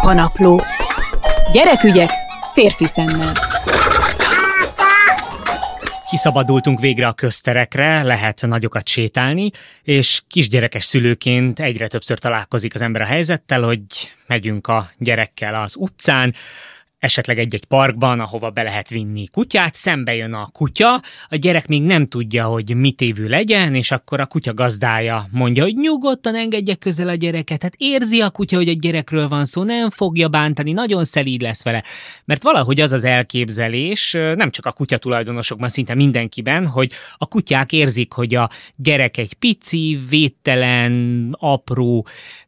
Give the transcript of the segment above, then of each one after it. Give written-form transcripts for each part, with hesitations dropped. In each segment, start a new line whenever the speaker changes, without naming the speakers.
Kukanapló. Gyerekügyek férfi szemmel.
Kiszabadultunk végre a közterekre, lehet nagyokat sétálni, és kisgyerekes szülőként egyre többször találkozik az ember a helyzettel, hogy megyünk a gyerekkel az utcán, esetleg egy-egy parkban, ahova be lehet vinni kutyát, szembe jön a kutya, a gyerek még nem tudja, hogy mit évő legyen, és akkor a kutya gazdája mondja, hogy nyugodtan engedje közel a gyereket, hát érzi a kutya, hogy egy gyerekről van szó, nem fogja bántani, nagyon szelíd lesz vele. Mert valahogy az az elképzelés, nem csak a kutyatulajdonosokban, szinte mindenkiben, hogy a kutyák érzik, hogy a gyerek egy pici, védtelen, apró,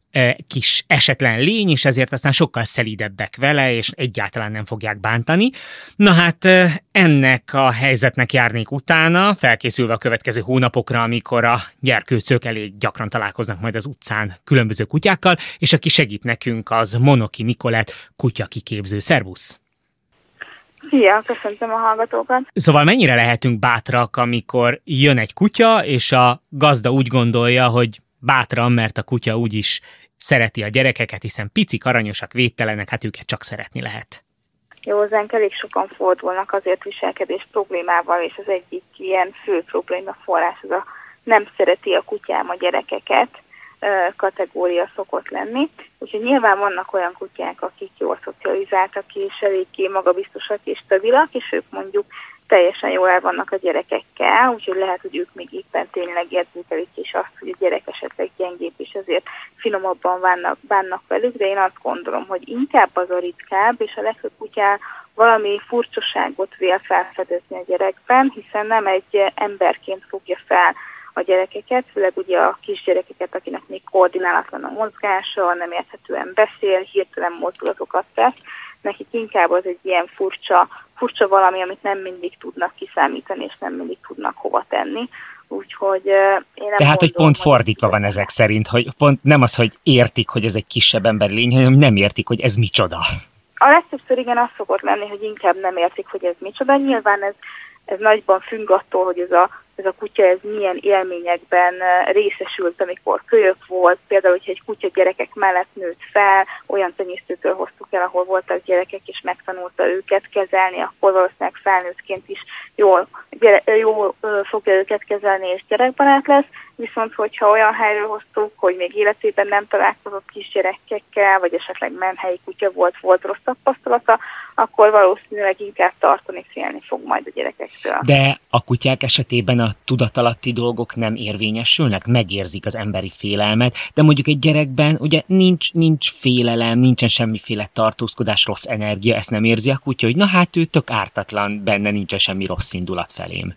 kis esetlen lény, és ezért aztán sokkal szelídebbek vele, és egyáltalán nem fogják bántani. Na hát ennek a helyzetnek járnék utána, felkészülve a következő hónapokra, amikor a gyerkőcök elég gyakran találkoznak majd az utcán különböző kutyákkal, és aki segít nekünk, az Monoki Nikolett, kutyakiképző. Szervusz!
Szia, köszöntöm a hallgatókat!
Szóval mennyire lehetünk bátrak, amikor jön egy kutya, és a gazda úgy gondolja, hogy bátran, mert a kutya úgyis szereti a gyerekeket, hiszen picik, aranyosak, védtelenek, hát őket csak szeretni lehet.
Jó, hozzánk elég sokan fordulnak azért viselkedés problémával, és az egyik ilyen fő probléma forrás az a nem szereti a kutyám a gyerekeket kategória szokott lenni. Úgyhogy nyilván vannak olyan kutyák, akik jól szocializáltak és eléggé magabiztosak és stabilak, és ők mondjuk teljesen jól el vannak a gyerekekkel, úgyhogy lehet, hogy ők még éppen tényleg érzékelik is azt, hogy a gyerek esetleg gyengébb, és ezért finomabban bánnak velük, de én azt gondolom, hogy inkább az a ritkább, és a legtöbb kutyá valami furcsaságot vél felfedezni a gyerekben, hiszen nem egy emberként fogja fel a gyerekeket, főleg ugye a kisgyerekeket, akinek még koordinálatlan a mozgása, nem érthetően beszél, hirtelen mozdulatokat tesz, nekik inkább az egy ilyen furcsa valami, amit nem mindig tudnak kiszámítani, és nem mindig tudnak hova tenni. Úgyhogy én nem
Tehát, hogy pont fordítva
hogy
van ezek szerint, hogy pont nem az, hogy értik, hogy ez egy kisebb emberi lény, hanem nem értik, hogy ez micsoda.
A legtöbbször igen, az szokott lenni, hogy inkább nem értik, hogy ez micsoda. Nyilván ez nagyban függ attól, hogy ez a kutya ez milyen élményekben részesült, amikor kölyök volt, például, hogyha egy kutya gyerekek mellett nőtt fel, olyan tenyésztőtől hoztuk el, ahol voltak gyerekek, és megtanulta őket kezelni, akkor valószínűleg felnőttként is jól fogja őket kezelni, és gyerekbarát lesz, viszont hogyha olyan helyről hoztuk, hogy még életében nem találkozott kisgyerekekkel, vagy esetleg menhelyi kutya volt rossz tapasztalata, akkor valószínűleg inkább tartani, félni fog majd a gyerekektől.
De a kutyák esetében a tudatalatti dolgok nem érvényesülnek, megérzik az emberi félelmet, de mondjuk egy gyerekben ugye nincs félelem, nincsen semmiféle tartózkodás, rossz energia, ezt nem érzi a kutya, hogy na hát ő tök ártatlan, benne nincsen semmi rossz indulat felém.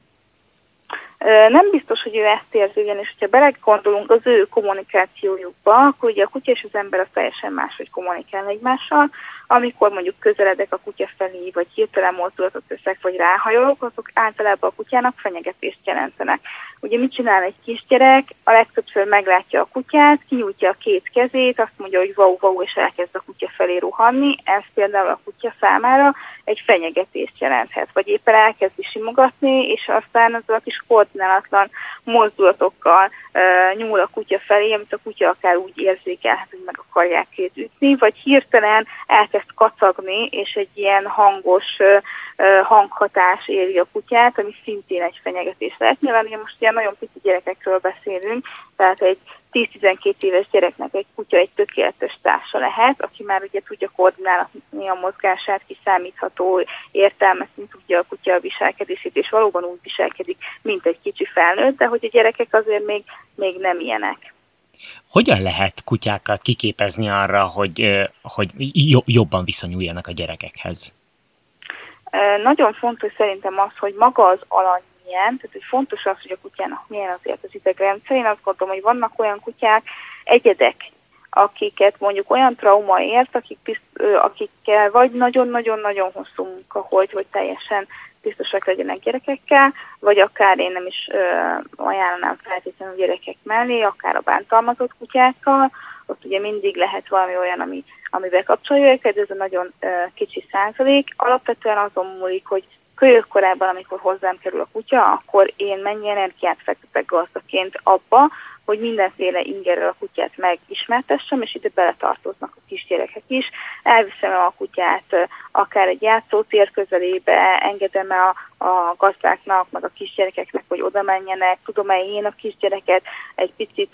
Nem biztos, hogy ő ezt érzi, ugyanis, hogyha belegondolunk az ő kommunikációjukba, akkor ugye a kutya és az ember az teljesen máshogy kommunikál egymással. Amikor mondjuk közeledek a kutya felé, vagy hirtelen mozdulatot teszek, vagy ráhajolok, azok általában a kutyának fenyegetést jelentenek. Ugye mit csinál egy kisgyerek? A legtöbbször meglátja a kutyát, kinyújtja a két kezét, azt mondja, hogy wow, wow, és elkezd a kutya felé rohanni. Ez például a kutya számára egy fenyegetést jelenthet. Vagy éppen elkezdi simogatni, és aztán az a kis koordinálatlan mozdulatokkal nyúl a kutya felé, amit a kutya akár úgy érzékelhet, hogy meg akarják ütni, vagy hirtelen elkezd kacagni, és egy ilyen hangos hanghatás éri a kutyát, ami szintén egy fenyegetés lehet. Nyilván ugye most ilyen nagyon pici gyerekekről beszélünk, tehát egy 10-12 éves gyereknek egy kutya egy tökéletes társa lehet, aki már ugye tudja koordinálni a mozgását, kiszámítható, értelmezni tudja a kutya a viselkedését, és valóban úgy viselkedik, mint egy kicsi felnőtt, de hogy a gyerekek azért még nem ilyenek.
Hogyan lehet kutyákat kiképezni arra, hogy jobban viszonyuljanak a gyerekekhez?
Nagyon fontos szerintem az, hogy maga az alany milyen, tehát hogy fontos az, hogy a kutyának milyen azért az idegrendszer. Én azt gondolom, hogy vannak olyan kutyák, egyedek, akiket mondjuk olyan trauma ért, akikkel vagy nagyon-nagyon-nagyon hosszú munka, hogy teljesen biztosak legyenek gyerekekkel, vagy akár én nem is ajánlanám feltétlenül gyerekek mellé, akár a bántalmazott kutyákkal. Ott ugye mindig lehet valami olyan, ami bekapcsolja őket, de ez a nagyon kicsi százalék. Alapvetően azon múlik, hogy kölyökkorában, amikor hozzám kerül a kutya, akkor én mennyi energiát fektetek gazdaként abba, hogy mindenféle ingerrel a kutyát megismertessem, és ide beletartoznak a kisgyerekek is. Elviszem a kutyát akár egy játszótér közelébe, engedem a gazdáknak, meg a kisgyerekeknek, hogy oda menjenek, tudom-e én a kisgyereket egy picit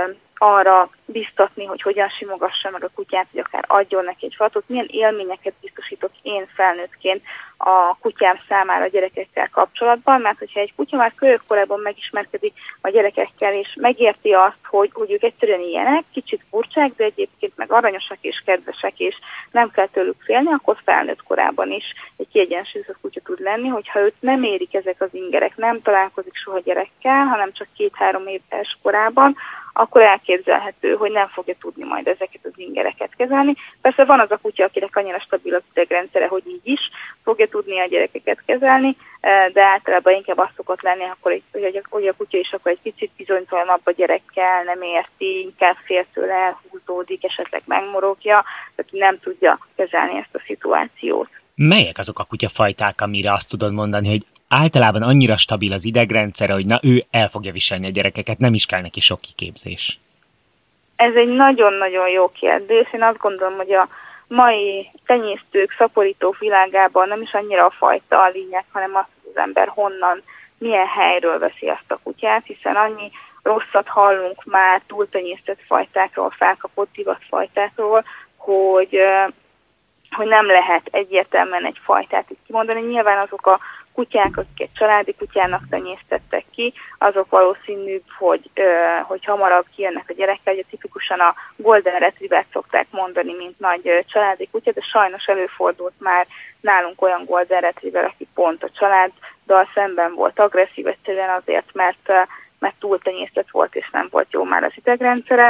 arra biztatni, hogy hogyan simogassa meg a kutyát, hogy akár adjon neki egy fatot, milyen élményeket biztosítok én felnőttként a kutyám számára a gyerekekkel kapcsolatban, mert hogyha egy kutya már kölyökkorában megismerkedik a gyerekekkel, és megérti azt, hogy ők egyszerűen ilyenek, kicsit furcsák, de egyébként meg aranyosak és kedvesek, és nem kell tőlük félni, akkor felnőtt korában is egy kiegyensúlyozott kutya tud lenni, hogyha őt nem érik ezek az ingerek, nem találkozik soha gyerekkel, hanem csak 2-3 éves korában, akkor elképzelhető, hogy nem fogja tudni majd ezeket az ingereket kezelni. Persze van az a kutya, akinek annyira stabil az idegrendszere, hogy így is fogja tudni a gyerekeket kezelni, de általában inkább az szokott lenni, hogy a kutya is akkor egy picit bizonytalanabb a gyerekkel, nem érti, inkább fél tőle, elhúzódik, esetleg megmorogja, tehát nem tudja kezelni ezt a szituációt.
Melyek azok a kutyafajták, amire azt tudod mondani, hogy általában annyira stabil az idegrendszere, hogy na ő el fogja viselni a gyerekeket, nem is kell neki sok kiképzés?
Ez egy nagyon-nagyon jó kérdés. Én azt gondolom, hogy a mai tenyésztők, szaporítók világában nem is annyira a fajta a lényeg, hanem az, hogy az ember honnan, milyen helyről veszi azt a kutyát, hiszen annyi rosszat hallunk már túltenyésztett fajtákról, felkapott divatfajtákról, hogy nem lehet egyértelműen egy fajtát itt kimondani. Nyilván azok a kutyák, akiket családi kutyának tenyésztettek ki, azok valószínűbb, hogy hamarabb kijönnek a gyerekkel, ugye tipikusan a Golden Retrievert szokták mondani, mint nagy családi kutya, de sajnos előfordult már nálunk olyan Golden Retriever, aki pont a családdal szemben volt agresszív, egyszerűen azért, mert túltenyésztett volt, és nem volt jó már az idegrendszere,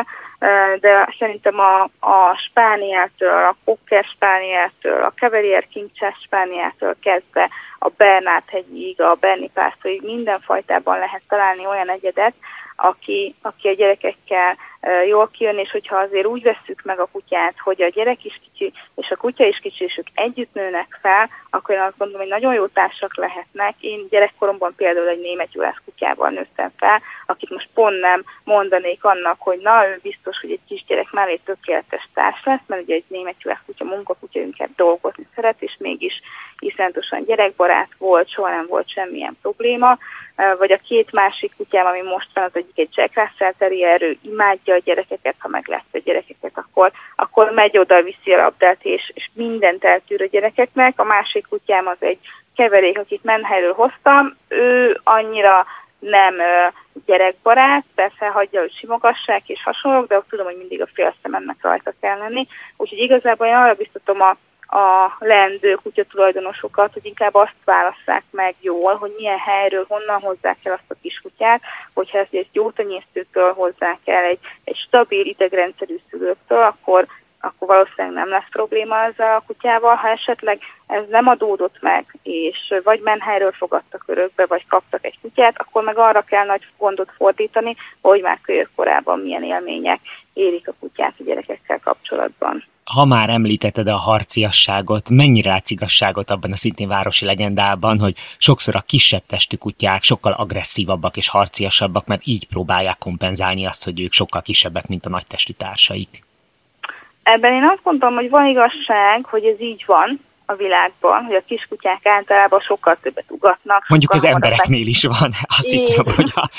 de szerintem a spánieltől, a cocker spánieltől, a Cavalier King Charles spánieltől kezdve a Bernát hegyig, a Berni pásztorig minden fajtában lehet találni olyan egyedet, aki a gyerekekkel jól kijön, és hogyha azért úgy vesszük meg a kutyát, hogy a gyerek is kicsi, és a kutya is kicsi, és ők együtt nőnek fel, akkor én azt gondolom, hogy nagyon jó társak lehetnek. Én gyerekkoromban például egy német juhász kutyával nőttem fel, akit most pont nem mondanék annak, hogy na, ő biztos, hogy egy kisgyerek mellé tökéletes társ lesz, mert ugye egy német juhász kutya, munkakutya inkább dolgozni szeret, és mégis iszonyatosan gyerekbarát volt, soha nem volt semmilyen probléma. Vagy a két másik kutyám, ami most van, az egyik egy Jack Russell Terrier, ő imádja a gyerekeket, ha meglátja a gyerekeket, akkor megy oda, viszi a labdát, és mindent eltűr a gyerekeknek. A másik kutyám az egy keverék, akit Menhelyről hoztam, ő annyira nem gyerekbarát, persze hagyja, hogy simogassák és hasonlók, de ott tudom, hogy mindig a félszemennek rajta kell lenni. Úgyhogy igazából én arra biztatom a leendő kutyatulajdonosokat, hogy inkább azt válasszák meg jól, hogy milyen helyről, honnan hozzák el azt a kiskutyát, hogyha ezt egy jó tenyésztőtől hozzák el, egy stabil idegrendszerű szülőtől, akkor valószínűleg nem lesz probléma ezzel a kutyával. Ha esetleg ez nem adódott meg, és vagy menhelyről fogadtak örökbe, vagy kaptak egy kutyát, akkor meg arra kell nagy gondot fordítani, hogy már kölyökkorában milyen élmények érik a kutyát a gyerekekkel kapcsolatban.
Ha már említetted a harciasságot, mennyire látsz igazságot abban a szintén városi legendában, hogy sokszor a kisebb testű kutyák sokkal agresszívabbak és harciasabbak, mert így próbálják kompenzálni azt, hogy ők sokkal kisebbek, mint a nagy testű társaik?
Ebben én azt gondolom, hogy van igazság, hogy ez így van a világban, hogy a kiskutyák általában sokkal többet ugatnak.
Mondjuk az embereknél is van. Azt hiszem, hogy a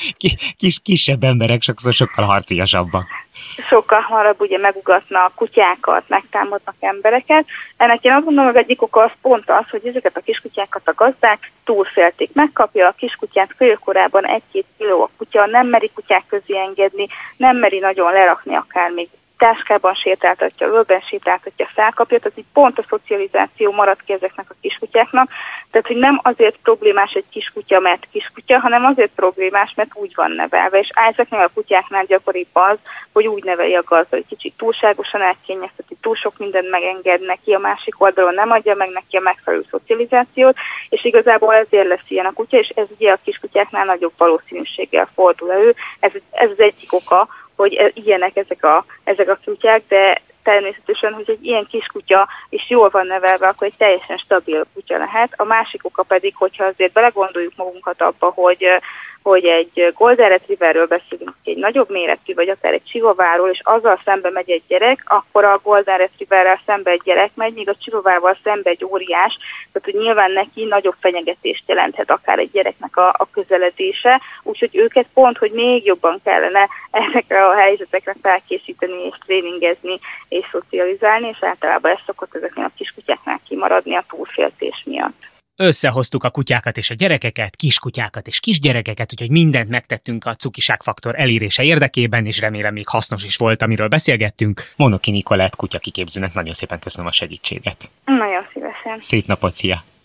kisebb emberek sokkal harciasabbak.
Sokkal hamarabb ugye megugatnak kutyákat, megtámadnak embereket. Ennek én azt gondolom, hogy egyik oka az pont az, hogy ezeket a kiskutyákat a gazdák túlfélték. Megkapja a kiskutyát kölyökkorában 1-2 kiló, a kutya nem meri kutyák közé engedni, nem meri nagyon lerakni, akár még táskában sétáltatja, ölben sétáltatja, felkapja, tehát így pont a szocializáció marad ki ezeknek a kiskutyáknak. Tehát, hogy nem azért problémás egy kiskutya, mert kiskutya, hanem azért problémás, mert úgy van nevelve. És ezeknél a kutyáknál gyakoribb az, hogy úgy neveli a gazda, hogy kicsit túlságosan elkényezteti, túl sok mindent megenged neki, a másik oldalon nem adja meg neki a megfelelő szocializációt, és igazából ezért lesz ilyen a kutya, és ez ugye a kiskutyáknál nagyobb valószínűséggel fordul elő. Ez az egyik oka, hogy ilyenek ezek a kutyák, de természetesen, hogy egy ilyen kiskutya is jól van nevelve, akkor egy teljesen stabil kutya lehet. A másik oka pedig, hogyha azért belegondoljuk magunkat abba, hogy hogy egy Golden Retrieverről beszélünk, egy nagyobb méretű, vagy akár egy Chihuahuáról, és azzal szembe megy egy gyerek, akkor a Golden Retrieverrel szembe egy gyerek megy, míg a Chihuahuával szembe egy óriás, tehát hogy nyilván neki nagyobb fenyegetést jelenthet akár egy gyereknek a közeledése, úgyhogy őket pont, hogy még jobban kellene ezekre a helyzetekre felkészíteni, és tréningezni, és szocializálni, és általában ez szokott ezeknél a kiskutyáknál kimaradni a túlféltés miatt.
Összehoztuk a kutyákat és a gyerekeket, kiskutyákat és kisgyerekeket, úgyhogy mindent megtettünk a cukiságfaktor elérése érdekében, és remélem még hasznos is volt, amiről beszélgettünk. Monoki Nikolett kutyakiképzőnek nagyon szépen köszönöm a segítséget.
Nagyon szívesen.
Szép napot, szia!